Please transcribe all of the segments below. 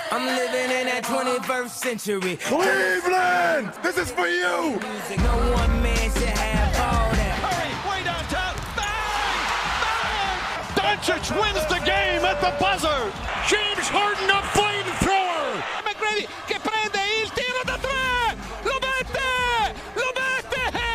I'm living in that 21st century. Cleveland, this is for you. No one man should have all that. Hurry, way downtown. Bang! Bang! Doncic wins the game at the buzzer. James Harden, a flamethrower. McGrady che prende il tiro da tre. Lo mette! Lo mette!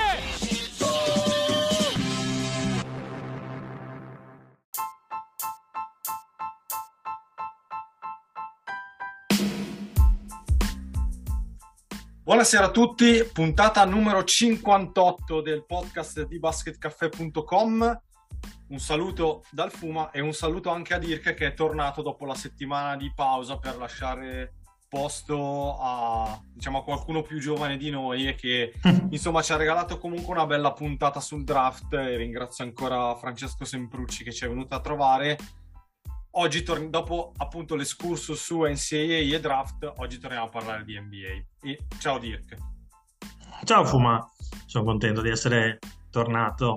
Buonasera a tutti, puntata numero 58 del podcast di basketcaffè.com. Un saluto dal Fuma e un saluto anche a Dirk che è tornato dopo la settimana di pausa per lasciare posto a, diciamo, a qualcuno più giovane di noi e che insomma ci ha regalato comunque una bella puntata sul draft, e ringrazio ancora Francesco Semprucci che ci è venuto a trovare. Oggi, dopo appunto l'escursus su NCAA e draft, oggi torniamo a parlare di NBA. E ciao Dirk. Ciao Fuma, sono contento di essere tornato.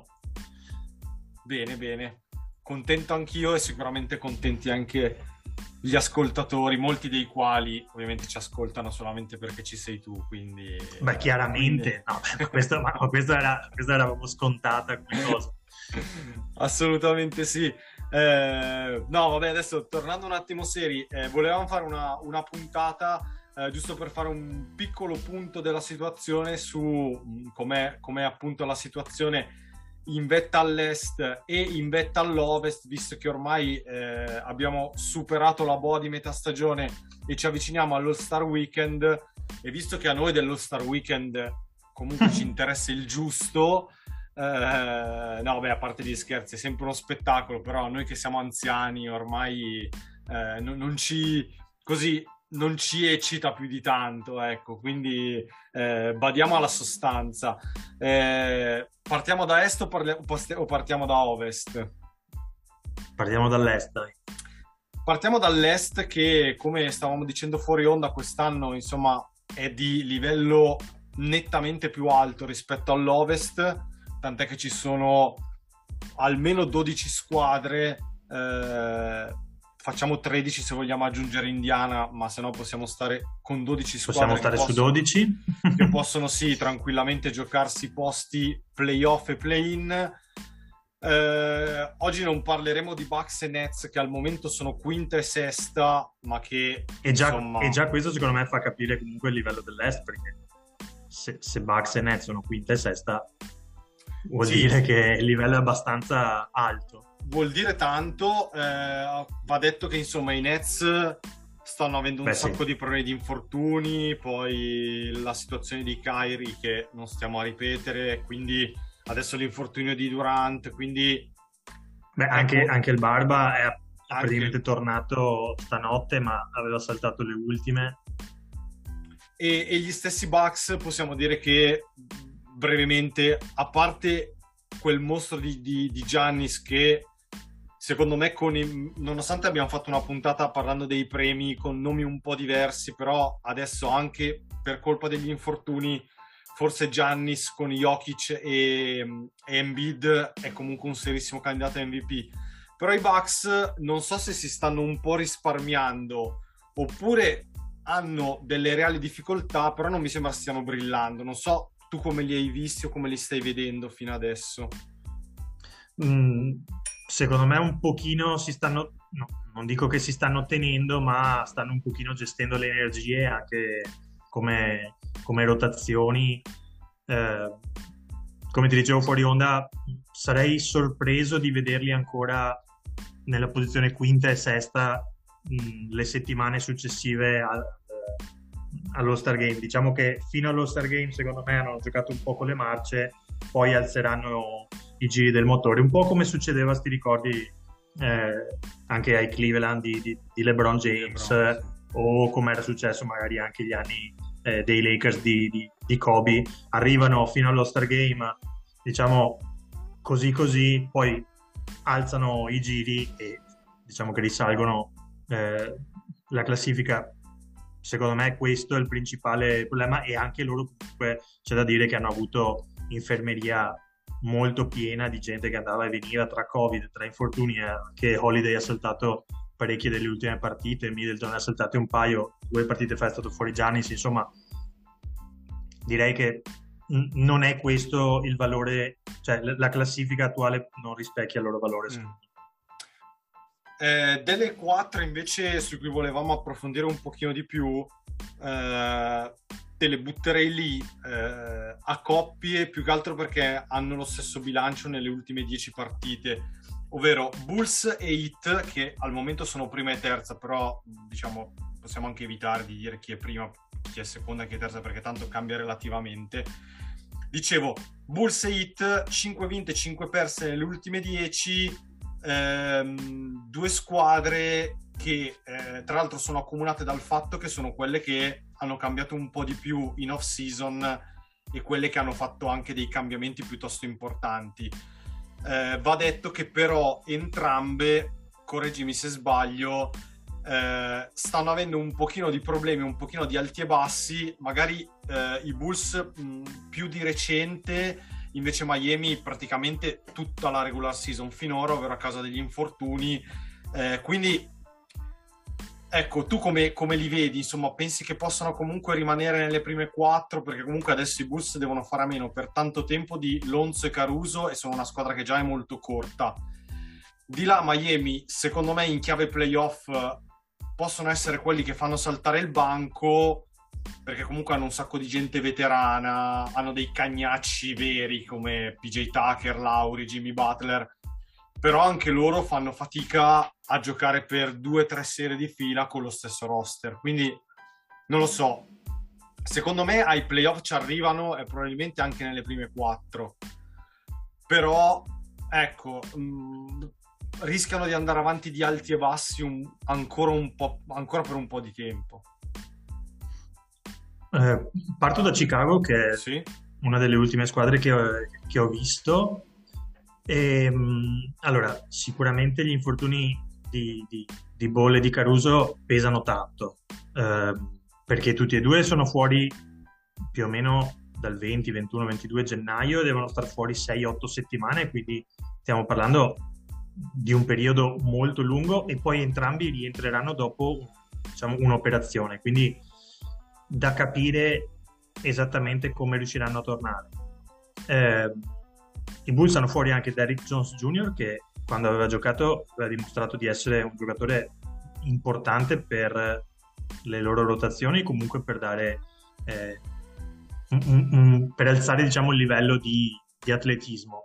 Bene, bene. Contento anch'io e sicuramente contenti anche gli ascoltatori, molti dei quali ovviamente ci ascoltano solamente perché ci sei tu, quindi... Beh, chiaramente, no, questa eravamo scontata come cosa. Assolutamente sì. No, vabbè, adesso tornando un attimo seri, volevamo fare una puntata giusto per fare un piccolo punto della situazione su com'è appunto la situazione in vetta all'est e in vetta all'ovest, visto che ormai abbiamo superato la boa di metà stagione e ci avviciniamo all'All-Star Weekend, e visto che a noi dell'All-Star Weekend comunque ci interessa il giusto. No, beh, a parte gli scherzi, è sempre uno spettacolo, però noi che siamo anziani ormai non ci eccita più di tanto, ecco, quindi badiamo alla sostanza. Partiamo da est o partiamo da ovest? Partiamo dall'est, dai. Partiamo dall'est, che come stavamo dicendo fuori onda quest'anno insomma è di livello nettamente più alto rispetto all'ovest, tant'è che ci sono almeno 12 squadre, facciamo 13 se vogliamo aggiungere Indiana, ma se no possiamo stare con 12 squadre. Possiamo stare su 12? Che possono sì, tranquillamente giocarsi posti playoff e play-in. Oggi non parleremo di Bucks e Nets, che al momento sono quinta e sesta, ma che e già insomma... questo secondo me fa capire comunque il livello dell'est, perché se Bucks e Nets sono quinta e sesta vuol dire che il livello è abbastanza alto. Vuol dire tanto. Va detto che insomma i Nets stanno avendo un sacco di problemi di infortuni, poi la situazione di Kyrie che non stiamo a ripetere, quindi adesso l'infortunio di Durant, quindi... Beh, anche il Barba è praticamente tornato stanotte, ma aveva saltato le ultime. E gli stessi Bucks possiamo dire che brevemente, a parte quel mostro di Giannis che secondo me nonostante abbiamo fatto una puntata parlando dei premi con nomi un po' diversi, però adesso anche per colpa degli infortuni forse Giannis con Jokic e Embiid è comunque un serissimo candidato a MVP. Però i Bucks non so se si stanno un po' risparmiando oppure hanno delle reali difficoltà, però non mi sembra stiano brillando. Non so tu come li hai visti o come li stai vedendo fino adesso. Secondo me un pochino si stanno, no, non dico che si stanno tenendo, ma stanno un pochino gestendo le energie anche come rotazioni. Come ti dicevo fuori onda, sarei sorpreso di vederli ancora nella posizione quinta e sesta le settimane successive allo Star Game. Diciamo che fino allo Star Game secondo me hanno giocato un po' con le marce, poi alzeranno i giri del motore, un po' come succedeva, sti ricordi, anche ai Cleveland di LeBron James, o come era successo magari anche gli anni dei Lakers di Kobe. Arrivano fino allo Star Game, diciamo così, poi alzano i giri e diciamo che risalgono la classifica. Secondo me questo è il principale problema, e anche loro comunque c'è da dire che hanno avuto infermeria molto piena di gente che andava e veniva tra Covid, tra infortuni, che Holiday ha saltato parecchie delle ultime partite, Middleton ha saltate un paio, 2 partite fa è stato fuori Giannis, insomma direi che non è questo il valore, cioè la classifica attuale non rispecchia il loro valore. Delle 4 invece su cui volevamo approfondire un pochino di più, te le butterei lì a coppie, più che altro perché hanno lo stesso bilancio nelle ultime 10 partite, ovvero Bulls e Heat, che al momento sono prima e terza, però diciamo possiamo anche evitare di dire chi è prima, chi è seconda e chi è terza, perché tanto cambia relativamente. Dicevo, Bulls e Heat, 5 vinte, 5 perse nelle ultime 10, 2 squadre che tra l'altro sono accomunate dal fatto che sono quelle che hanno cambiato un po' di più in off season e quelle che hanno fatto anche dei cambiamenti piuttosto importanti. Va detto che però entrambe, correggimi se sbaglio, stanno avendo un pochino di problemi, un pochino di alti e bassi, magari i Bulls più di recente, invece Miami praticamente tutta la regular season finora, ovvero a causa degli infortuni, quindi ecco, tu come li vedi? Insomma, pensi che possano comunque rimanere nelle prime 4? Perché comunque adesso i Bulls devono fare a meno per tanto tempo di Lonzo e Caruso e sono una squadra che già è molto corta. Di là Miami, secondo me in chiave playoff possono essere quelli che fanno saltare il banco, perché comunque hanno un sacco di gente veterana, hanno dei cagnacci veri come PJ Tucker, Lowry, Jimmy Butler, però anche loro fanno fatica a giocare per 2-3 serie di fila con lo stesso roster, quindi non lo so, secondo me ai playoff ci arrivano e probabilmente anche nelle prime 4, però ecco, rischiano di andare avanti di alti e bassi ancora per un po' di tempo. Parto da Chicago, che è sì, una delle ultime squadre che ho visto. Allora, sicuramente gli infortuni di Ball e di Caruso pesano tanto, perché tutti e due sono fuori più o meno dal 20, 21, 22 gennaio e devono star fuori 6-8 settimane, quindi stiamo parlando di un periodo molto lungo, e poi entrambi rientreranno dopo, diciamo, un'operazione, quindi da capire esattamente come riusciranno a tornare. I Bulls hanno fuori anche Derrick Jones Jr., che quando aveva giocato aveva dimostrato di essere un giocatore importante per le loro rotazioni, comunque per dare per alzare, diciamo, il livello di atletismo.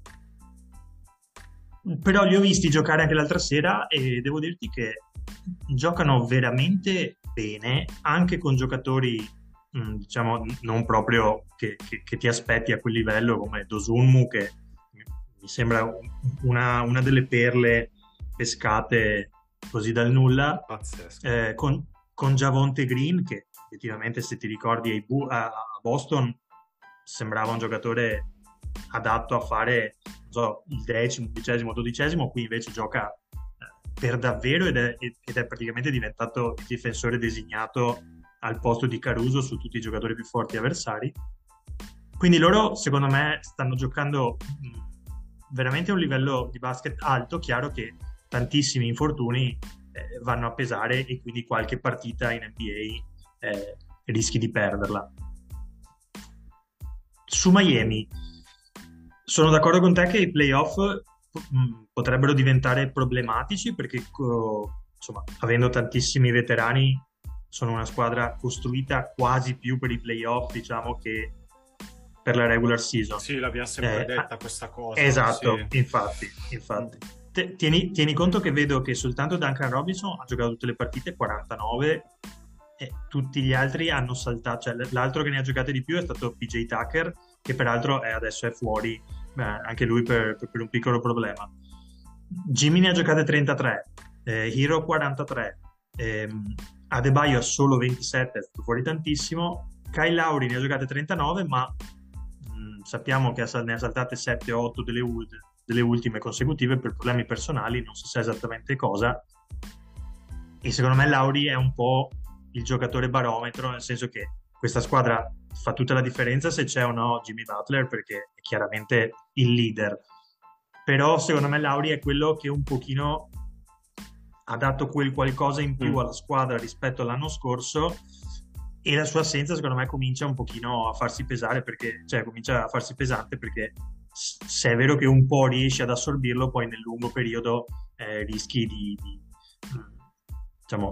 Però li ho visti giocare anche l'altra sera e devo dirti che giocano veramente bene, anche con giocatori diciamo non proprio che ti aspetti a quel livello, come Dosunmu, che mi sembra una delle perle pescate così dal nulla, pazzesco, con Javonte Green, che effettivamente, se ti ricordi, a Boston sembrava un giocatore adatto a fare, non so, il 10°, 11°, 12°, qui invece gioca per davvero ed è praticamente diventato il difensore designato al posto di Caruso su tutti i giocatori più forti avversari. Quindi loro, secondo me, stanno giocando veramente a un livello di basket alto. Chiaro che tantissimi infortuni vanno a pesare e quindi qualche partita in NBA rischi di perderla. Su Miami sono d'accordo con te che i playoff potrebbero diventare problematici, perché insomma, avendo tantissimi veterani, sono una squadra costruita quasi più per i playoff, diciamo, che per la regular season. Sì, l'abbiamo sempre detta questa cosa. Esatto, sì. infatti. Tieni conto che vedo che soltanto Duncan Robinson ha giocato tutte le partite, 49, e tutti gli altri hanno saltato, cioè l'altro che ne ha giocate di più è stato PJ Tucker, che peraltro adesso è fuori, anche lui per un piccolo problema. Jimmy ne ha giocate 33, Hero 43, Adebayo ha solo 27, è stato fuori tantissimo. Kyle Lowry ne ha giocate 39, ma sappiamo che ne ha saltate 7 o 8 delle ultime consecutive per problemi personali, non si sa esattamente cosa, e secondo me Lowry è un po' il giocatore barometro, nel senso che questa squadra fa tutta la differenza se c'è o no Jimmy Butler, perché è chiaramente il leader, però secondo me Lowry è quello che un pochino ha dato quel qualcosa in più alla squadra rispetto all'anno scorso, e la sua assenza secondo me comincia un pochino a farsi pesare, perché comincia a farsi pesante, perché se è vero che un po' riesci ad assorbirlo, poi nel lungo periodo rischi diciamo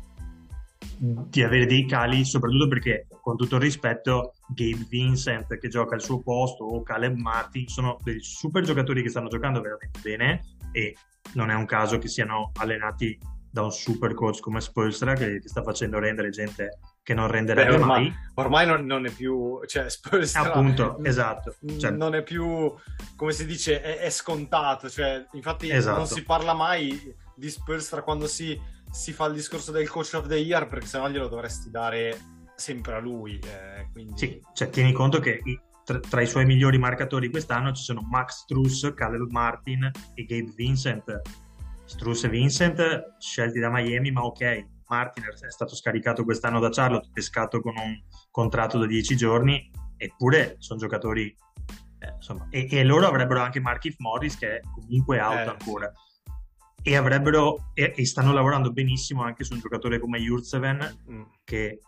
di avere dei cali, soprattutto perché, con tutto il rispetto, Gabe Vincent che gioca al suo posto o Caleb Martin sono dei super giocatori che stanno giocando veramente bene, e non è un caso che siano allenati da un super coach come Spoelstra che sta facendo rendere gente che non renderebbe mai. Ormai non è più, cioè, Spoelstra, appunto, esatto, cioè, non è più, come si dice, è scontato, cioè, infatti esatto. Non si parla mai di Spoelstra quando si fa il discorso del coach of the year, perché sennò glielo dovresti dare sempre a lui, quindi... Sì, cioè, tieni conto che tra i suoi migliori marcatori quest'anno ci sono Max Strus, Caleb Martin e Gabe Vincent. Strus e Vincent scelti da Miami, ma ok, Martin è stato scaricato quest'anno da Charlotte, pescato con un contratto da 10 giorni, eppure sono giocatori, insomma, e loro avrebbero anche Markieff Morris, che è comunque out ancora, e avrebbero e stanno lavorando benissimo anche su un giocatore come Jurtseven, che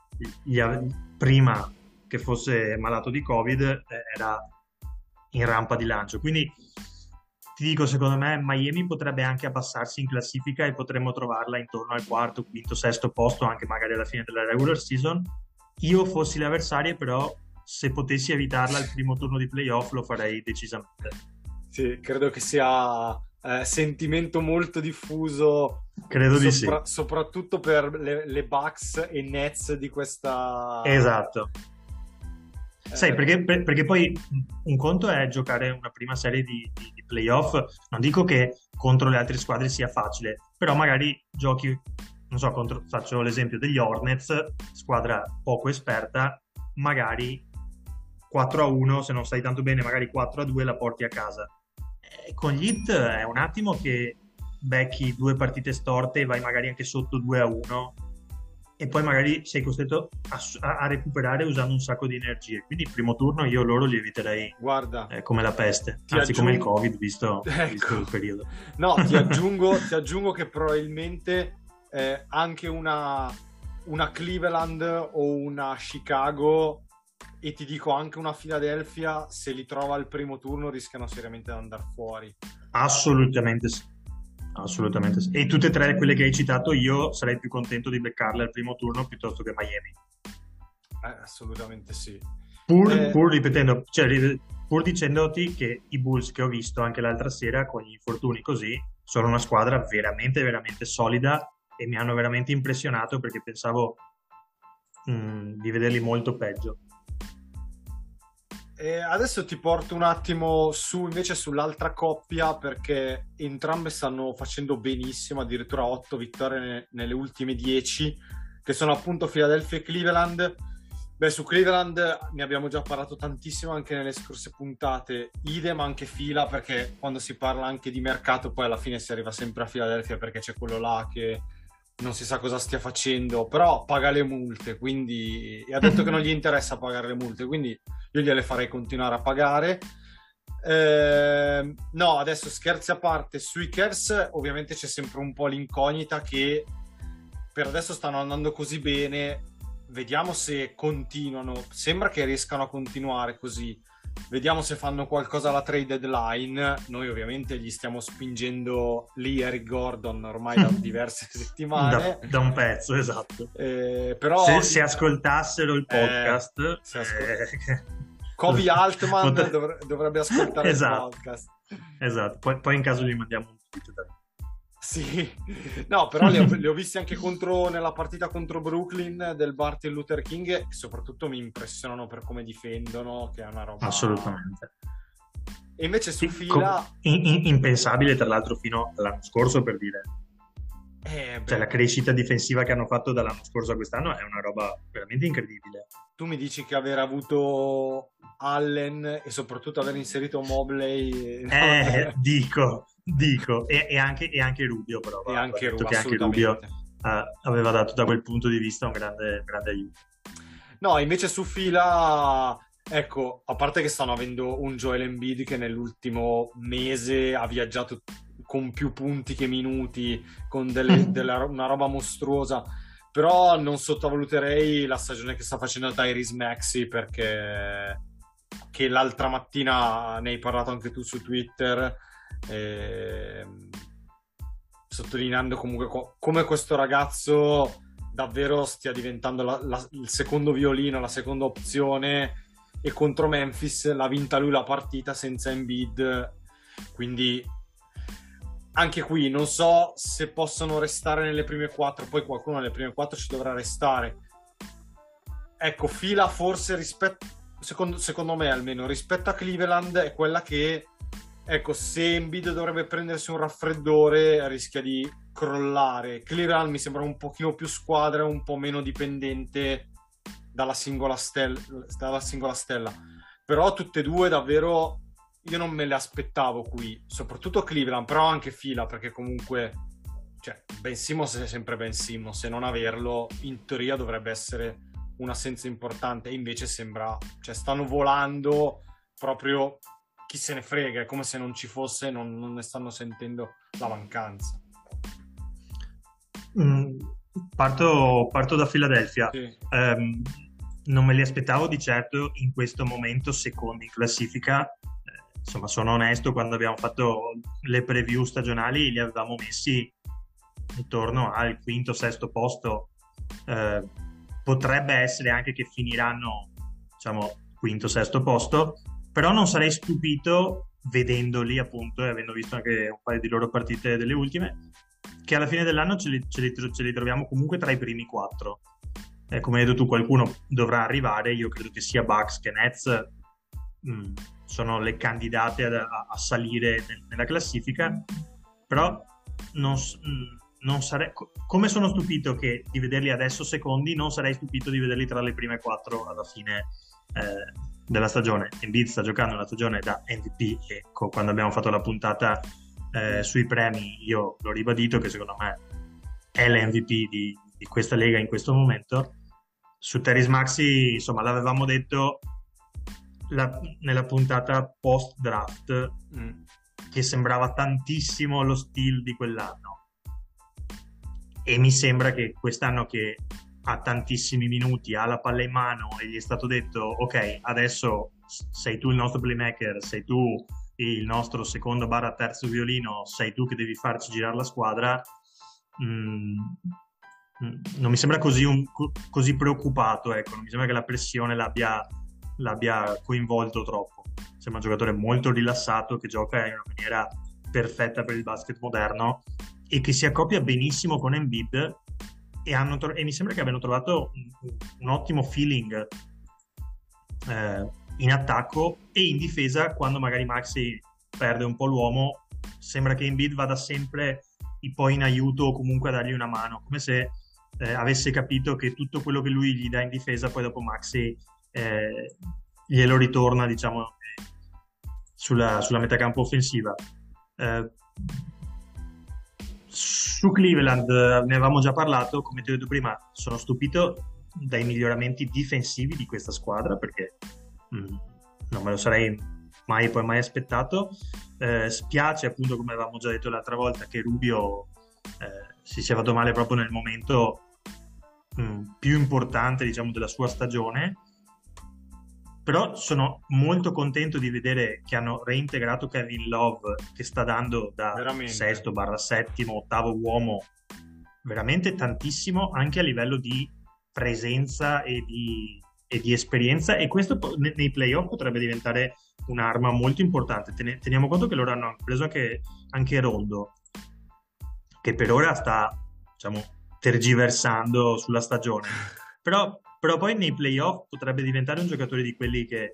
prima che fosse malato di Covid era in rampa di lancio. Quindi ti dico, secondo me Miami potrebbe anche abbassarsi in classifica e potremmo trovarla intorno al quarto, quinto, sesto posto, anche magari alla fine della regular season. Io fossi le avversarie, però se potessi evitarla al primo turno di playoff lo farei decisamente. Sì, credo che sia sentimento molto diffuso, credo di sì, soprattutto per le Bucks e Nets di questa... Esatto. Sai, perché poi un conto è giocare una prima serie di playoff, non dico che contro le altre squadre sia facile, però magari giochi, non so, faccio l'esempio degli Hornets, squadra poco esperta, magari 4-1, se non stai tanto bene magari 4-2 la porti a casa. Con gli Heat è un attimo che becchi 2 partite storte e vai magari anche sotto 2-1, e poi magari sei costretto a recuperare usando un sacco di energie. Quindi il primo turno io loro li eviterei, guarda, come la peste, anzi come il Covid, visto il periodo. No, ti aggiungo che probabilmente anche una Cleveland o una Chicago, e ti dico anche una Philadelphia, se li trova al primo turno rischiano seriamente di andare fuori. Assolutamente sì. Assolutamente sì. E tutte e tre quelle che hai citato, io sarei più contento di beccarle al primo turno piuttosto che Miami. Assolutamente sì. Pur ripetendo, cioè, pur dicendoti che i Bulls che ho visto anche l'altra sera con gli infortuni così sono una squadra veramente veramente solida, e mi hanno veramente impressionato, perché pensavo di vederli molto peggio. Adesso ti porto un attimo invece sull'altra coppia, perché entrambe stanno facendo benissimo, addirittura 8 vittorie nelle ultime 10, che sono appunto Philadelphia e Cleveland. Beh, su Cleveland ne abbiamo già parlato tantissimo anche nelle scorse puntate, idem anche Fila, perché quando si parla anche di mercato poi alla fine si arriva sempre a Philadelphia, perché c'è quello là che non si sa cosa stia facendo, però paga le multe, quindi ha detto che non gli interessa pagare le multe, quindi io gliele farei continuare a pagare. No, adesso scherzi a parte, sui Cavs ovviamente c'è sempre un po' l'incognita, che per adesso stanno andando così bene, vediamo se continuano, sembra che riescano a continuare così, vediamo se fanno qualcosa alla trade deadline. Noi ovviamente gli stiamo spingendo lì Eric Gordon ormai da diverse settimane, da un pezzo, esatto. Però se ascoltassero il podcast, Kobe Altman dovrebbe ascoltare, esatto, il podcast. Esatto, poi in caso gli mandiamo un tweet da... Sì, no, però li ho visti anche nella partita contro Brooklyn del Martin Luther King, e soprattutto mi impressionano per come difendono, che è una roba... Assolutamente. E invece su Fila... Impensabile, tra l'altro, fino all'anno scorso, per dire. Cioè, la crescita difensiva che hanno fatto dall'anno scorso a quest'anno è una roba veramente incredibile. Tu mi dici che aver avuto Allen e soprattutto aver inserito Mobley... Dico, e anche Rubio, però. E anche Rubio aveva dato da quel punto di vista un grande aiuto. No, invece su Fila, ecco, a parte che stanno avendo un Joel Embiid che nell'ultimo mese ha viaggiato con più punti che minuti, con una roba mostruosa, però non sottovaluterei la stagione che sta facendo Tyrese Maxey, perché che l'altra mattina ne hai parlato anche tu su Twitter, sottolineando comunque come questo ragazzo davvero stia diventando il secondo violino, la seconda opzione, e contro Memphis l'ha vinta lui la partita senza Embiid, quindi anche qui non so se possono restare nelle prime 4, poi qualcuno nelle prime 4 ci dovrà restare. Ecco, fila forse secondo me almeno rispetto a Cleveland è quella che, ecco, se Embiid dovrebbe prendersi un raffreddore rischia di crollare. Cleveland mi sembra un pochino più squadra, un po' meno dipendente dalla singola stella, però tutte e due davvero io non me le aspettavo qui, soprattutto Cleveland, però anche fila, perché comunque, cioè, Ben Simmons è sempre Ben Simmons, e non averlo in teoria dovrebbe essere un'assenza importante, e invece sembra, cioè, stanno volando proprio, chi se ne frega, è come se non ci fosse, non ne stanno sentendo la mancanza. Parto da Philadelphia. Sì. Non me li aspettavo di certo in questo momento secondi in classifica. Insomma, sono onesto, quando abbiamo fatto le preview stagionali li avevamo messi intorno al quinto, sesto posto. Potrebbe essere anche che finiranno, diciamo, quinto, sesto posto, però non sarei stupito, vedendoli appunto e avendo visto anche un paio di loro partite delle ultime, che alla fine dell'anno ce li troviamo comunque tra i primi 4. Come hai detto tu, qualcuno dovrà arrivare. Io credo che sia Bucks che Nets sono le candidate a salire nella classifica, però non sarei, come sono stupito di vederli adesso secondi, non sarei stupito di vederli tra le prime 4 alla fine della stagione. Embiid sta giocando una stagione da MVP, e quando abbiamo fatto la puntata sui premi io l'ho ribadito che secondo me è l'MVP di questa lega in questo momento. Su Tyrese Maxey, insomma, l'avevamo detto nella puntata post draft, che sembrava tantissimo lo stile di quell'anno, e mi sembra che quest'anno, che ha tantissimi minuti, ha la palla in mano e gli è stato detto ok, adesso sei tu il nostro playmaker, sei tu il nostro secondo / terzo violino, sei tu che devi farci girare la squadra, non mi sembra così preoccupato, ecco. Non mi sembra che la pressione l'abbia coinvolto troppo. Sembra un giocatore molto rilassato, che gioca in una maniera perfetta per il basket moderno e che si accoppia benissimo con Embiid, e mi sembra che abbiano trovato un ottimo feeling in attacco e in difesa. Quando magari Maxey perde un po' l'uomo, sembra che Embiid vada sempre poi in aiuto, o comunque a dargli una mano, come se avesse capito che tutto quello che lui gli dà in difesa poi dopo Maxey glielo ritorna, diciamo, sulla metacampo offensiva. Su Cleveland ne avevamo già parlato, come ti ho detto prima, sono stupito dai miglioramenti difensivi di questa squadra, perché non me lo sarei mai aspettato. Spiace, appunto, come avevamo già detto l'altra volta, che Rubio si sia fatto male proprio nel momento più importante, diciamo, della sua stagione. Però sono molto contento di vedere che hanno reintegrato Kevin Love, che sta dando da veramente sesto / settimo, ottavo uomo veramente tantissimo, anche a livello di presenza e di esperienza, e questo nei playoff potrebbe diventare un'arma molto importante. Teniamo conto che loro hanno preso anche Rondo, che per ora sta, diciamo, tergiversando sulla stagione, però poi nei playoff potrebbe diventare un giocatore di quelli che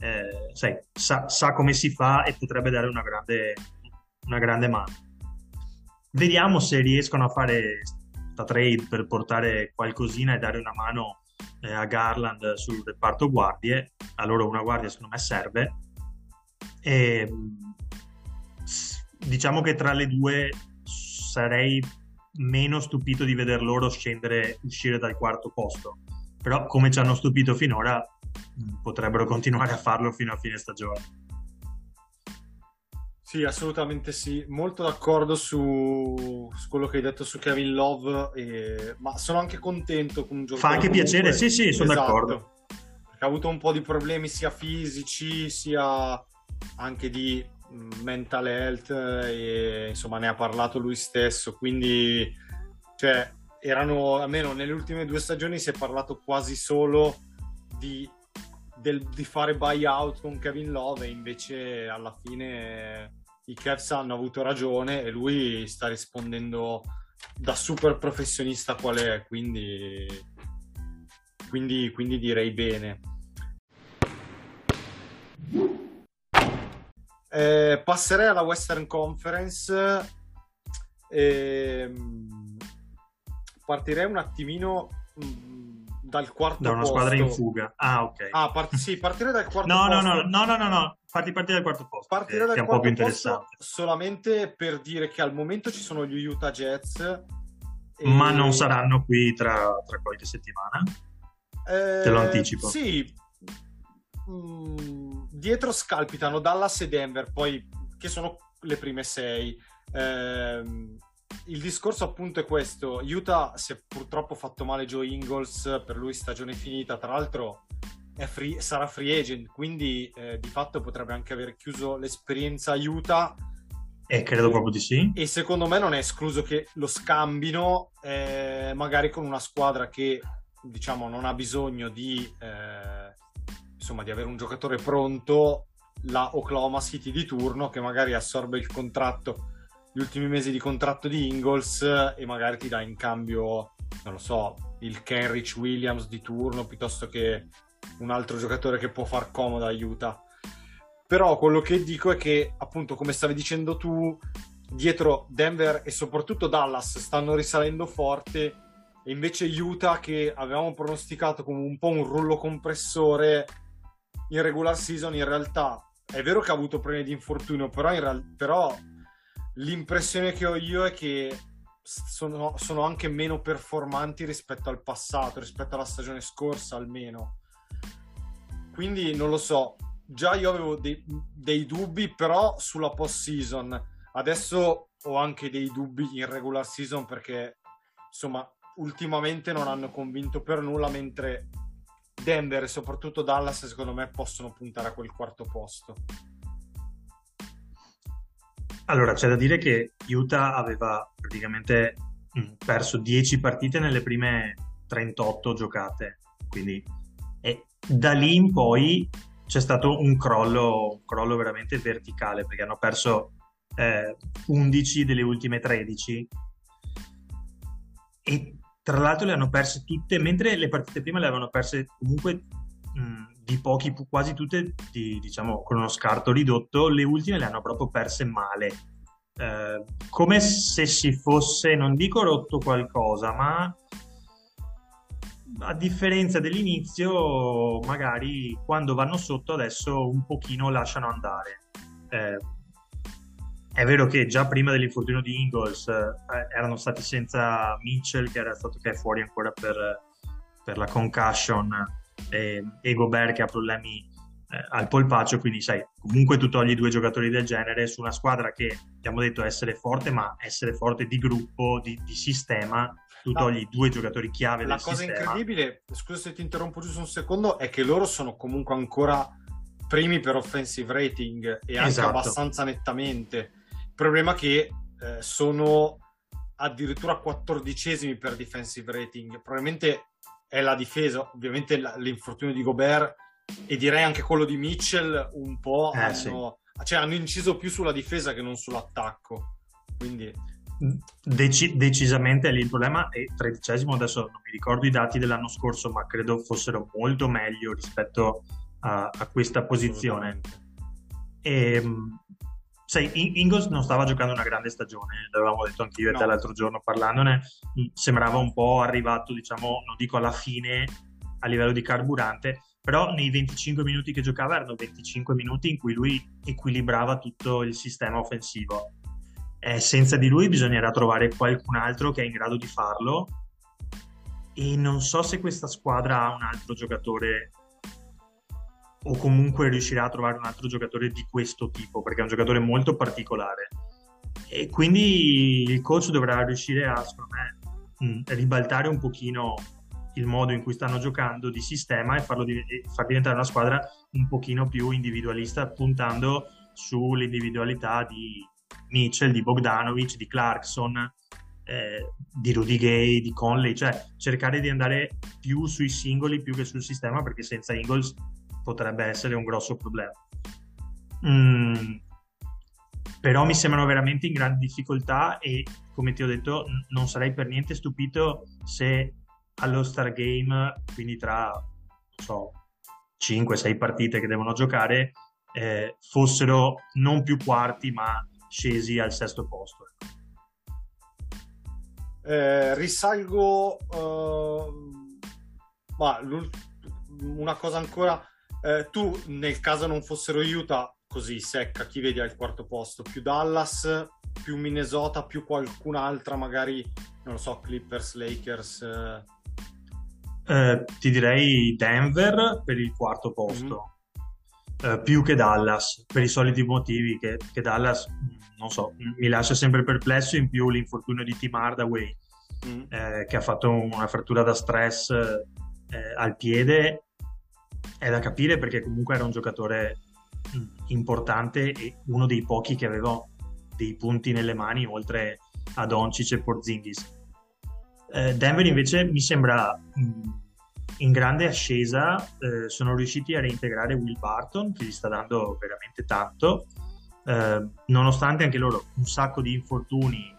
sa come si fa, e potrebbe dare una grande mano. Vediamo se riescono a fare sta trade per portare qualcosina e dare una mano a Garland sul reparto guardie. A loro una guardia secondo me serve, e diciamo che tra le due sarei meno stupito di veder loro uscire dal quarto posto, però come ci hanno stupito finora potrebbero continuare a farlo fino a fine stagione. Sì, assolutamente sì, molto d'accordo su quello che hai detto su Kevin Love, ma sono anche contento con un Fa giocatore anche piacere, comunque. sì, sono d'accordo. Esatto, perché ha avuto un po' di problemi sia fisici sia anche di mental health, e insomma ne ha parlato lui stesso, quindi cioè almeno nelle ultime 2 stagioni si è parlato quasi solo di fare buyout con Kevin Love, e invece alla fine i Cavs hanno avuto ragione e lui sta rispondendo da super professionista qual è, quindi direi bene. Passerei alla Western Conference. Partirei un attimino dal quarto da una posto. Squadra in fuga. Ah, ok. Sì, partirei dal quarto no, posto. No. Partire dal quarto posto. Partire dal che è un quarto po' più posto interessante. solamente per dire che al momento ci sono gli Utah Jazz. Ma non saranno qui tra qualche settimana. Te lo anticipo. Sì. Dietro scalpitano Dallas e Denver, poi che sono le prime 6. Il discorso appunto è questo: Utah si è purtroppo fatto male Joe Ingles, per lui stagione finita, tra l'altro sarà free agent, quindi di fatto potrebbe anche aver chiuso l'esperienza Utah, credo proprio di sì, e secondo me non è escluso che lo scambino magari con una squadra che diciamo non ha bisogno di avere un giocatore pronto, la Oklahoma City di turno, che magari assorbe il contratto, gli ultimi mesi di contratto di Ingles, e magari ti dà in cambio, non lo so, il Kenrich Williams di turno, piuttosto che un altro giocatore che può far comodo a Utah. Però quello che dico è che, appunto, come stavi dicendo tu, dietro Denver e soprattutto Dallas stanno risalendo forte, e invece Utah, che avevamo pronosticato come un po' un rullo compressore in regular season, in realtà è vero che ha avuto problemi di infortunio, però l'impressione che ho io è che sono anche meno performanti rispetto al passato, rispetto alla stagione scorsa almeno. Quindi non lo so, già io avevo dei dubbi però sulla post season, adesso ho anche dei dubbi in regular season, perché insomma ultimamente non hanno convinto per nulla, mentre Denver e soprattutto Dallas secondo me possono puntare a quel quarto posto. Allora, c'è da dire che Utah aveva praticamente perso 10 partite nelle prime 38 giocate, quindi da lì in poi c'è stato un crollo veramente verticale, perché hanno perso 11 delle ultime 13, e tra l'altro le hanno perse tutte, mentre le partite prima le avevano perse comunque di pochi, quasi tutte diciamo con uno scarto ridotto. Le ultime le hanno proprio perse male, come se si fosse, non dico rotto qualcosa, ma a differenza dell'inizio magari quando vanno sotto adesso un pochino lasciano andare. È vero che già prima dell'infortunio di Ingles erano stati senza Mitchell, che è fuori ancora per la concussion, e Gobert che ha problemi al polpaccio, quindi sai, comunque tu togli 2 giocatori del genere su una squadra che abbiamo detto essere forte, ma essere forte di gruppo, di sistema. Tu togli 2 giocatori chiave del sistema. La cosa incredibile, scusa se ti interrompo giusto un secondo, è che loro sono comunque ancora primi per offensive rating, e anche abbastanza nettamente. Il problema è che sono addirittura 14esimi per defensive rating. Probabilmente è la difesa, ovviamente l'infortunio di Gobert, e direi anche quello di Mitchell un po' hanno inciso più sulla difesa che non sull'attacco, quindi decisamente lì il problema. È 13esimo, adesso non mi ricordo i dati dell'anno scorso, ma credo fossero molto meglio rispetto a questa posizione. E sai, Ingles non stava giocando una grande stagione, l'avevamo detto anche io e te l'altro giorno parlandone. Sembrava un po' arrivato, diciamo, non dico alla fine a livello di carburante, però nei 25 minuti che giocava erano 25 minuti in cui lui equilibrava tutto il sistema offensivo. Senza di lui bisognerà trovare qualcun altro che è in grado di farlo, e non so se questa squadra ha un altro giocatore o comunque riuscirà a trovare un altro giocatore di questo tipo, perché è un giocatore molto particolare, e quindi il coach dovrà riuscire a, secondo me, ribaltare un pochino il modo in cui stanno giocando di sistema e far diventare una squadra un pochino più individualista, puntando sull'individualità di Mitchell, di Bogdanovic, di Clarkson, di Rudy Gay, di Conley, cioè cercare di andare più sui singoli più che sul sistema, perché senza Ingles potrebbe essere un grosso problema. Però mi sembrano veramente in grande difficoltà e, come ti ho detto, non sarei per niente stupito se allo Star Game, quindi tra 5-6 partite che devono giocare, fossero non più quarti ma scesi al sesto posto. Risalgo una cosa ancora, tu nel caso non fossero Utah così secca, chi vedi al quarto posto? Più Dallas, più Minnesota, più qualcun'altra, magari non lo so, Clippers, Lakers? Ti direi Denver per il quarto posto, più che Dallas, per i soliti motivi che Dallas, non so, mi lascia sempre perplesso. In più l'infortunio di Tim Hardaway, che ha fatto una frattura da stress al piede, è da capire, perché comunque era un giocatore importante e uno dei pochi che aveva dei punti nelle mani oltre a Doncic e Porzingis. Denver invece mi sembra in grande ascesa, sono riusciti a reintegrare Will Barton, che gli sta dando veramente tanto, nonostante anche loro un sacco di infortuni.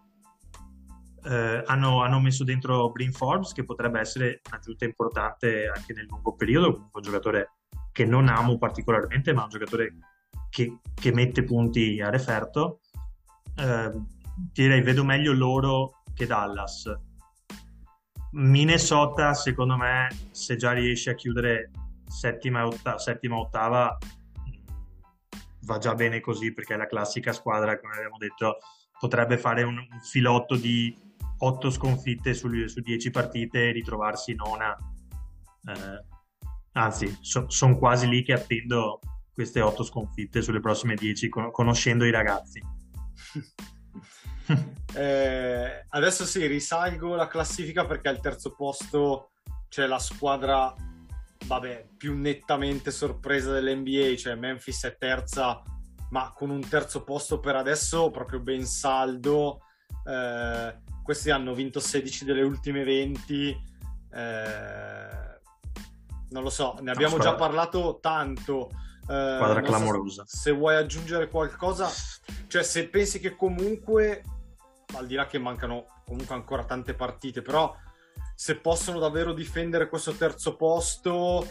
Hanno messo dentro Bryn Forbes, che potrebbe essere un'aggiunta importante anche nel lungo periodo, un giocatore che non amo particolarmente, ma un giocatore che mette punti a referto. Direi vedo meglio loro che Dallas. Minnesota, secondo me, se già riesce a chiudere settima ottava, va già bene così, perché è la classica squadra, come abbiamo detto, potrebbe fare un filotto di 8 sconfitte su 10 partite e ritrovarsi nona. Anzi, sono quasi lì che attendo queste 8 sconfitte sulle prossime 10, conoscendo i ragazzi. Adesso sì, risalgo la classifica, perché al terzo posto c'è la squadra più nettamente sorpresa dell'NBA, cioè Memphis è terza, ma con un terzo posto per adesso proprio ben saldo. Questi hanno vinto 16 delle ultime 20. Non lo so, ne abbiamo già parlato tanto. Squadra clamorosa. Se vuoi aggiungere qualcosa, cioè se pensi che comunque, al di là che mancano comunque ancora tante partite, però se possono davvero difendere questo terzo posto,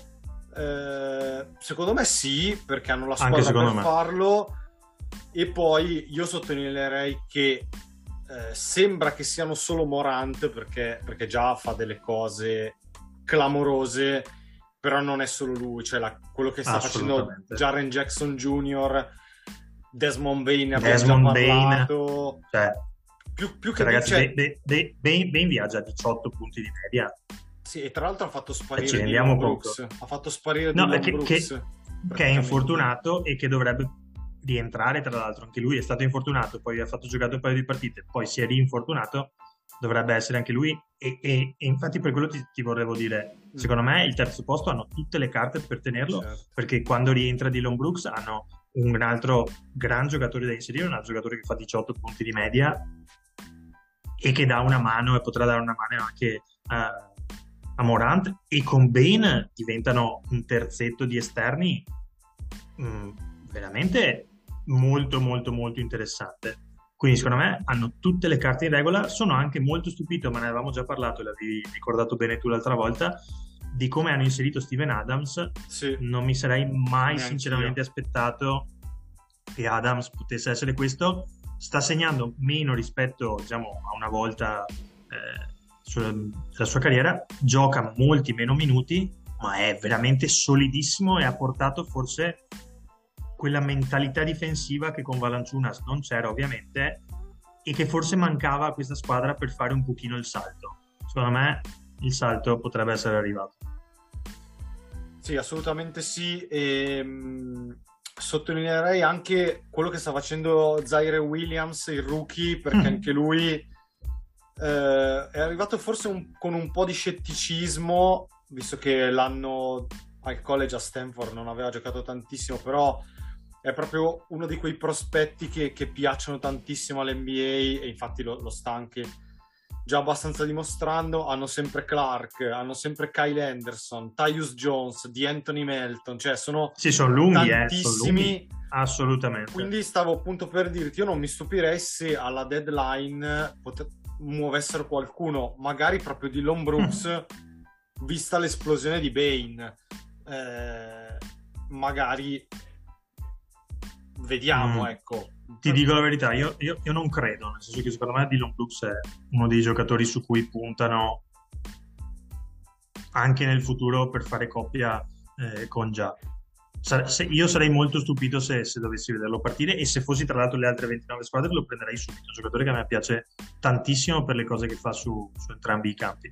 secondo me sì, perché hanno la squadra per farlo. E poi io sottolineerei che sembra che siano solo Morant, perché già fa delle cose clamorose, però non è solo lui, cioè quello che sta facendo Jaren Jackson Jr., Desmond Bane, abbiamo già parlato. Cioè, più che ragazzi, Bane viaggia a 18 punti di media. Sì, e tra l'altro ha fatto sparire ci rendiamo Brooks. Ha fatto sparire Dillon Brooks, che è infortunato e che dovrebbe rientrare. Tra l'altro anche lui è stato infortunato, poi ha fatto giocare un paio di partite, poi si è rinfortunato, dovrebbe essere anche lui, e infatti per quello ti volevo dire, secondo me il terzo posto hanno tutte le carte per tenerlo, certo, perché quando rientra Dillon Brooks hanno un altro gran giocatore da inserire, un altro giocatore che fa 18 punti di media e che dà una mano, e potrà dare una mano anche a Morant, e con Bane diventano un terzetto di esterni veramente molto molto molto interessante. Quindi secondo me hanno tutte le carte in regola. Sono anche molto stupito, ma ne avevamo già parlato e l'avevi ricordato bene tu l'altra volta, di come hanno inserito Steven Adams. Sì. Non mi sarei mai sinceramente aspettato che Adams potesse essere questo. Sta segnando meno rispetto, diciamo, a una volta della sua carriera, gioca molti meno minuti, ma è veramente solidissimo e ha portato forse quella mentalità difensiva che con Valanciunas non c'era ovviamente, e che forse mancava a questa squadra per fare un pochino il salto. Secondo me il salto potrebbe essere arrivato. Sì, assolutamente sì. E, sottolineerei anche quello che sta facendo Zaire Williams, il rookie, perché anche lui è arrivato forse con un po' di scetticismo, visto che l'anno al college a Stanford non aveva giocato tantissimo, però è proprio uno di quei prospetti che piacciono tantissimo all'NBA, e infatti lo sta anche già abbastanza dimostrando. Hanno sempre Clark, hanno sempre Kyle Anderson, Tyus Jones, D'Anthony Melton, cioè sono lunghi, tantissimi. Sono lunghi. Assolutamente. Quindi stavo appunto per dirti, io non mi stupirei se alla deadline muovessero qualcuno, magari proprio Dillon Brooks, vista l'esplosione di Bane. Magari vediamo, ecco. Ti dico la verità, io non credo, nel senso che secondo me Dillon Brooks è uno dei giocatori su cui puntano anche nel futuro per fare coppia con Ja. Io sarei molto stupito se dovessi vederlo partire, e se fossi tra l'altro le altre 29 squadre lo prenderei subito. Un giocatore che a me piace tantissimo per le cose che fa su entrambi i campi.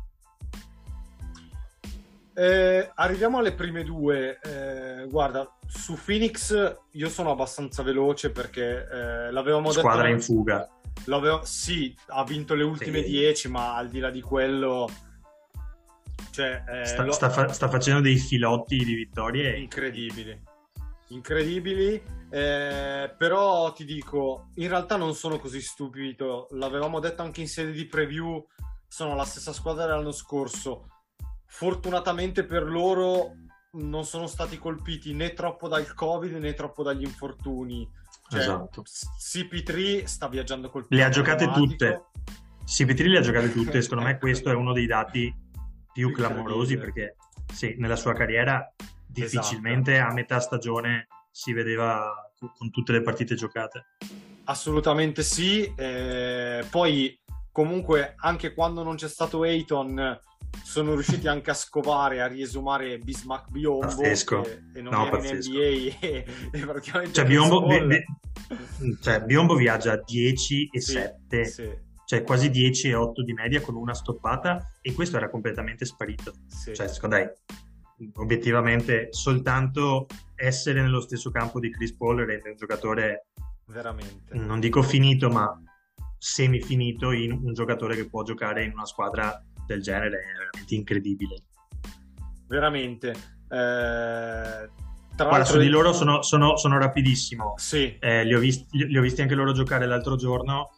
Arriviamo alle prime due. Guarda, su Phoenix io sono abbastanza veloce perché l'avevamo detto. Squadra in fuga. Sì, ha vinto le ultime 10, ma al di là di quello, cioè, sta facendo dei filotti di vittorie incredibili. Però ti dico, in realtà non sono così stupito. L'avevamo detto anche in sede di preview, sono la stessa squadra dell'anno scorso. Fortunatamente per loro non sono stati colpiti né troppo dal Covid né troppo dagli infortuni. Cioè, esatto. CP3 sta viaggiando col le ha giocate tutte. CP3 le ha giocate tutte, e secondo me questo è uno dei dati più clamorosi, perché sì, nella sua carriera difficilmente a metà stagione si vedeva con tutte le partite giocate. Assolutamente sì. Poi comunque anche quando non c'è stato Ayton sono riusciti anche a scovare, a riesumare Bismack Biyombo, pazzesco. E non era in NBA e praticamente Biyombo viaggia a 10 e sì, 7 sì. Cioè quasi 10 e 8 di media con una stoppata, e questo era completamente sparito. Sì. Cioè, dai, obiettivamente soltanto essere nello stesso campo di Chris Paul rende un giocatore veramente, non dico finito, ma semifinito, in un giocatore che può giocare in una squadra del genere. È veramente incredibile. Veramente. Tra Guarda, su di loro sono rapidissimo. Sì. Li ho visti anche loro giocare l'altro giorno.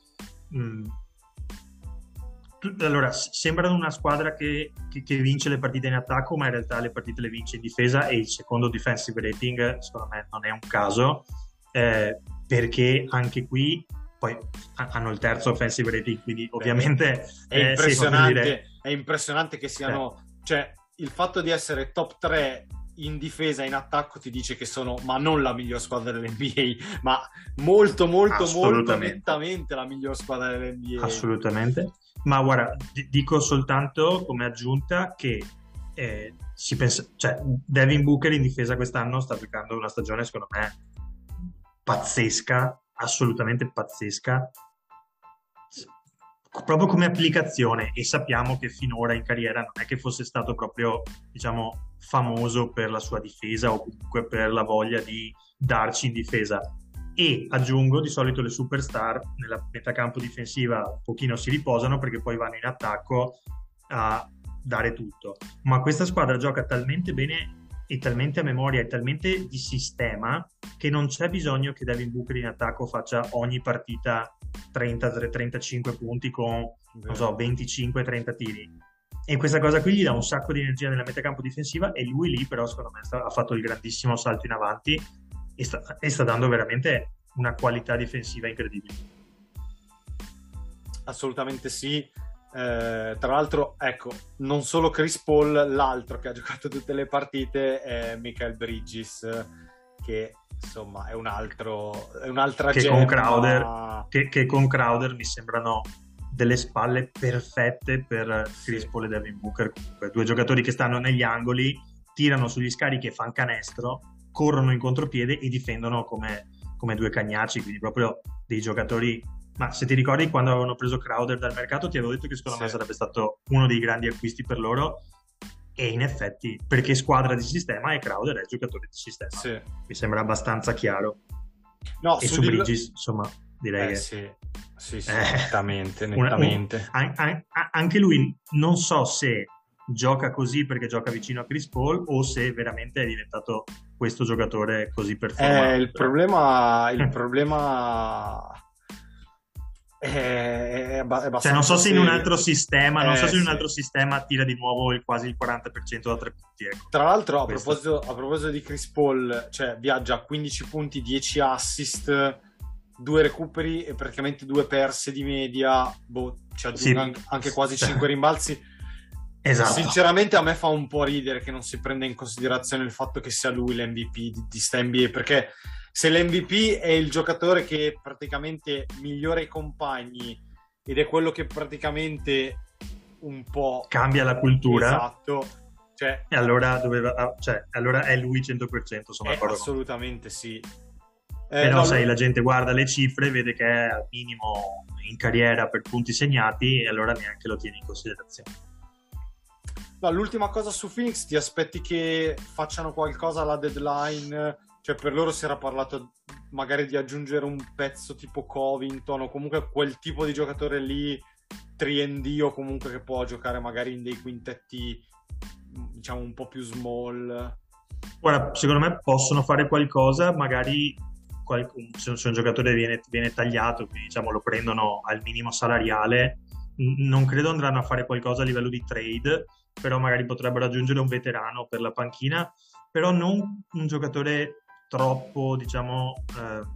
Allora, sembrano una squadra che vince le partite in attacco, ma in realtà le partite le vince in difesa, e il secondo defensive rating secondo me non è un caso, perché anche qui poi hanno il terzo offensive rating, quindi ovviamente è impressionante. È impressionante che siano, cioè il fatto di essere top 3 in difesa e in attacco ti dice che sono, ma non la miglior squadra dell'NBA, ma molto nettamente la miglior squadra dell'NBA. Assolutamente. Ma guarda, dico soltanto come aggiunta che si pensa, cioè Devin Booker in difesa quest'anno sta giocando una stagione secondo me pazzesca, assolutamente pazzesca, proprio come applicazione, e sappiamo che finora in carriera non è che fosse stato proprio, diciamo, famoso per la sua difesa o comunque per la voglia di darci in difesa. E aggiungo, di solito le superstar nella metacampo difensiva un pochino si riposano perché poi vanno in attacco a dare tutto, ma questa squadra gioca talmente bene e talmente a memoria e talmente di sistema che non c'è bisogno che Devin Booker in attacco faccia ogni partita 30-35 punti con, non so, 25-30 tiri, e questa cosa qui gli dà un sacco di energia nella metacampo difensiva, e lui lì però secondo me ha fatto il grandissimo salto in avanti e sta dando veramente una qualità difensiva incredibile. Assolutamente sì. Tra l'altro, ecco, non solo Chris Paul, l'altro che ha giocato tutte le partite è Michael Bridges, che insomma è un'altra che gemma. Che con Crowder mi sembrano delle spalle perfette per Chris Paul e Devin Booker. Comunque, due giocatori che stanno negli angoli, tirano sugli scarichi e fan canestro, corrono in contropiede e difendono come due cagnacci, quindi proprio dei giocatori. Ma se ti ricordi quando avevano preso Crowder dal mercato, ti avevo detto che secondo me sarebbe stato uno dei grandi acquisti per loro. e in effetti perché squadra di sistema e Crowder è il giocatore di sistema. Sì. Mi sembra abbastanza chiaro. No, E su Bridges, insomma, direi che sì, nettamente. Anche lui non so se gioca così perché gioca vicino a Chris Paul o se veramente è diventato questo giocatore così performante. Il problema è abbastanza, cioè non so se in un altro sistema sì. In un altro sistema tira di nuovo quasi il 40% da 3 punti, ecco. Tra l'altro a proposito di Chris Paul, cioè viaggia a 15 punti, 10 assist, 2 recuperi e praticamente 2 perse di media, ci aggiunga anche quasi 5 rimbalzi. Esatto. Sinceramente a me fa un po' ridere che non si prenda in considerazione il fatto che sia lui l'MVP di sta NBA, perché se l'MVP è il giocatore che praticamente migliora i compagni ed è quello che praticamente un po' cambia la cultura, esatto, cioè, e allora allora è lui 100%, sono d'accordo. Assolutamente sì. Però sai, la gente guarda le cifre, vede che è al minimo in carriera per punti segnati e allora neanche lo tiene in considerazione. No, l'ultima cosa su Phoenix, ti aspetti che facciano qualcosa alla deadline? Cioè per loro si era parlato magari di aggiungere un pezzo tipo Covington o comunque quel tipo di giocatore lì 3&D o comunque che può giocare magari in dei quintetti diciamo un po' più small. Guarda, secondo me possono fare qualcosa, magari se un giocatore viene tagliato, quindi diciamo lo prendono al minimo salariale, non credo andranno a fare qualcosa a livello di trade, però magari potrebbero aggiungere un veterano per la panchina, però non un giocatore troppo, diciamo,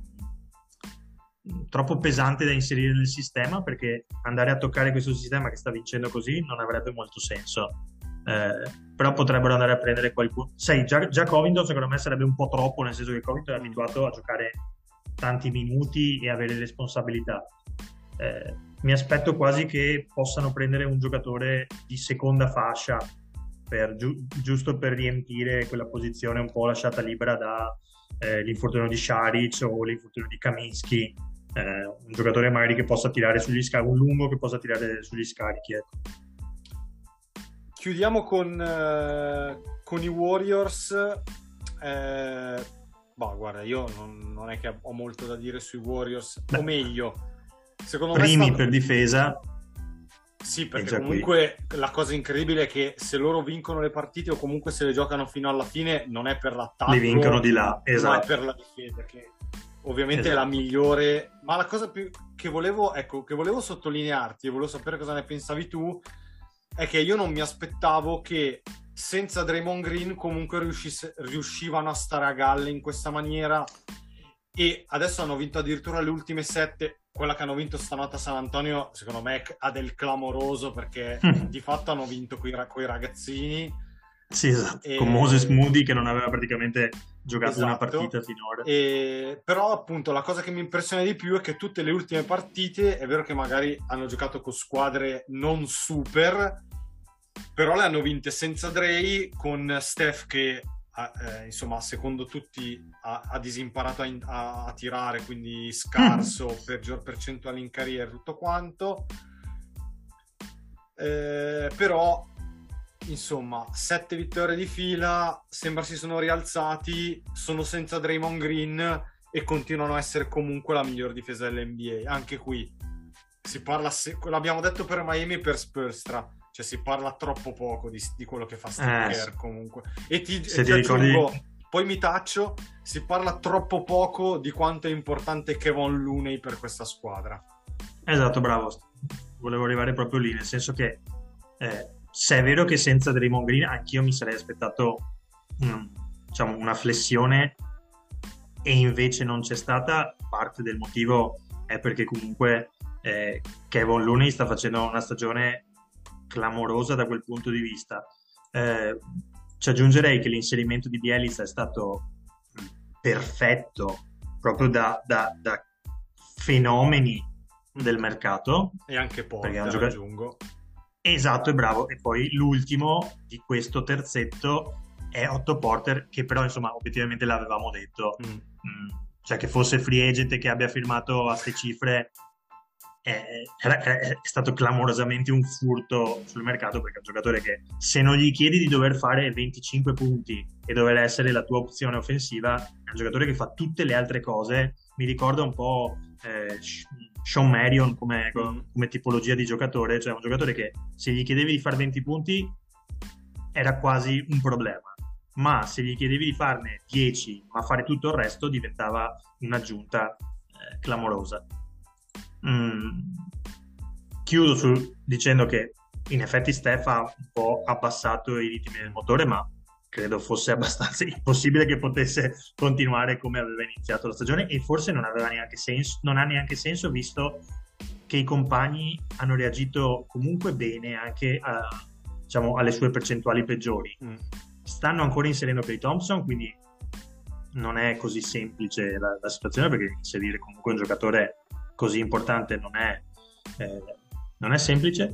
troppo pesante da inserire nel sistema, perché andare a toccare questo sistema che sta vincendo così non avrebbe molto senso. Però potrebbero andare a prendere qualcuno. Sai, già Covington secondo me sarebbe un po' troppo, nel senso che Covington è abituato a giocare tanti minuti e avere responsabilità. Mi aspetto quasi che possano prendere un giocatore di seconda fascia giusto per riempire quella posizione un po' lasciata libera da l'infortunio di Šarić o l'infortunio di Kaminsky, un giocatore magari che possa tirare sugli scarichi, un lungo che possa tirare sugli scarichi, ecco. Chiudiamo con i Warriors. Guarda, io non è che ho molto da dire sui Warriors. O meglio, secondo me primi per difesa. Sì, perché comunque la cosa incredibile è che se loro vincono le partite o comunque se le giocano fino alla fine non è per l'attacco, le vincono di là, esatto, ma è per la difesa, che ovviamente è la migliore. Ma la cosa più che volevo sottolinearti e volevo sapere cosa ne pensavi tu è che io non mi aspettavo che senza Draymond Green comunque riuscivano a stare a galle in questa maniera, e adesso hanno vinto addirittura le ultime 7. Quella che hanno vinto stanotte a San Antonio secondo me ha del clamoroso, perché di fatto hanno vinto coi ragazzini. Sì, esatto. Con Moses Moody che non aveva praticamente giocato una partita finora. Però appunto la cosa che mi impressiona di più è che tutte le ultime partite è vero che magari hanno giocato con squadre non super, però le hanno vinte senza Dre, con Steph che insomma secondo tutti ha disimparato a tirare, quindi scarso, peggior percentuale in carriera, tutto quanto, però insomma 7 vittorie di fila, sembra si sono rialzati, sono senza Draymond Green e continuano a essere comunque la miglior difesa dell'NBA. Anche qui si parla, l'abbiamo detto per Miami e per Spoelstra, cioè si parla troppo poco di quello che fa Steve Kerr comunque, e ti aggiungo, poi mi taccio, si parla troppo poco di quanto è importante Kevon Looney per questa squadra. Esatto, bravo, volevo arrivare proprio lì, nel senso che se è vero che senza Draymond Green anch'io mi sarei aspettato diciamo una flessione, e invece non c'è stata. Parte del motivo è perché comunque Kevon Looney sta facendo una stagione clamorosa da quel punto di vista. Ci aggiungerei che l'inserimento di Bjelica è stato perfetto, proprio da fenomeni del mercato, e anche Porter, aggiungo. Esatto, è bravo. E poi l'ultimo di questo terzetto è Otto Porter, che però insomma obiettivamente l'avevamo detto, cioè che fosse free agent e che abbia firmato a ste cifre è stato clamorosamente un furto sul mercato, perché è un giocatore che, se non gli chiedi di dover fare 25 punti e dover essere la tua opzione offensiva, è un giocatore che fa tutte le altre cose. Mi ricorda un po' Sean Marion come tipologia di giocatore, cioè un giocatore che se gli chiedevi di fare 20 punti era quasi un problema, ma se gli chiedevi di farne 10 ma fare tutto il resto diventava un'aggiunta clamorosa. Chiudo dicendo che in effetti Steph ha un po' abbassato i ritmi del motore, ma credo fosse abbastanza impossibile che potesse continuare come aveva iniziato la stagione, e forse non ha neanche senso, visto che i compagni hanno reagito comunque bene anche diciamo, alle sue percentuali peggiori. Stanno ancora inserendo Klay Thompson, quindi non è così semplice la situazione, perché inserire comunque un giocatore così importante non è semplice.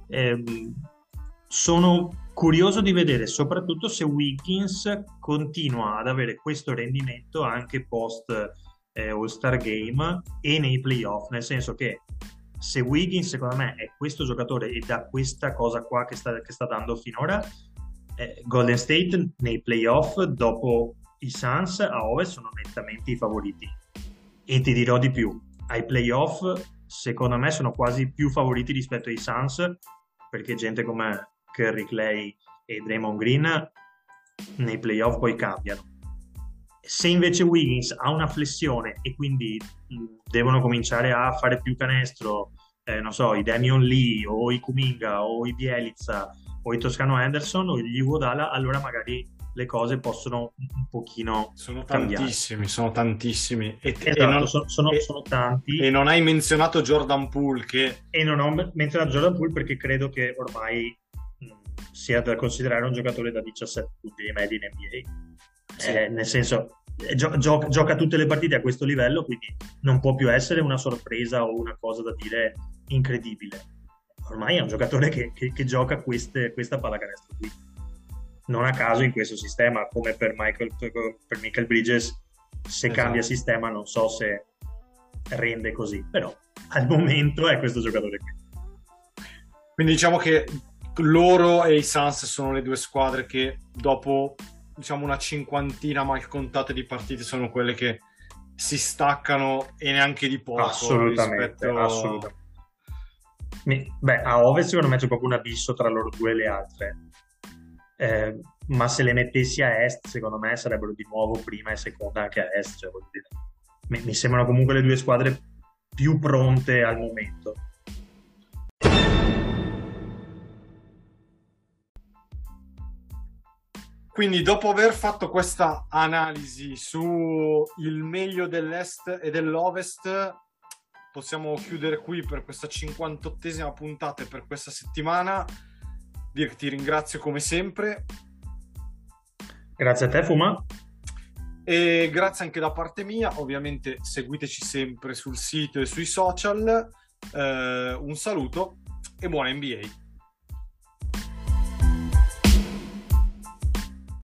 Sono curioso di vedere soprattutto se Wiggins continua ad avere questo rendimento anche post All-Star Game e nei playoff, nel senso che se Wiggins secondo me è questo giocatore e da questa cosa qua che sta dando finora, Golden State nei playoff dopo i Suns a Ovest sono nettamente i favoriti, e ti dirò di più, ai playoff secondo me sono quasi più favoriti rispetto ai Suns, perché gente come Curry, Clay e Draymond Green nei playoff poi cambiano. Se invece Wiggins ha una flessione e quindi devono cominciare a fare più canestro, non so, i Damian Lee o i Kuminga o i Bjelica o i Toscano Anderson o gli Iguodala, allora magari le cose possono un pochino cambiare. Sono tantissimi. Esatto, sono tanti. E non hai menzionato Jordan Poole E non ho menzionato Jordan Poole perché credo che ormai sia da considerare un giocatore da 17 punti di media in NBA. Sì. Nel senso, gioca tutte le partite a questo livello, quindi non può più essere una sorpresa o una cosa da dire incredibile. Ormai è un giocatore che gioca questa pallacanestro qui. Non a caso in questo sistema, come per Michael Bridges, se cambia sistema non so se rende così, però al momento è questo giocatore qui. Quindi diciamo che loro e i Suns sono le due squadre che dopo, diciamo, una cinquantina mal contate di partite sono quelle che si staccano, e neanche di poco. Assolutamente. Beh, a Ovest secondo me c'è proprio un abisso tra loro due e le altre. Ma se le mettessi a Est, secondo me sarebbero di nuovo prima e seconda anche a Est, cioè, voglio dire, mi sembrano comunque le due squadre più pronte al momento. Quindi dopo aver fatto questa analisi su il meglio dell'Est e dell'Ovest, possiamo chiudere qui per questa 58esima puntata e per questa settimana. Dirk, ti ringrazio come sempre. Grazie a te, Fuma. E grazie anche da parte mia. Ovviamente seguiteci sempre sul sito e sui social. Un saluto e buona NBA.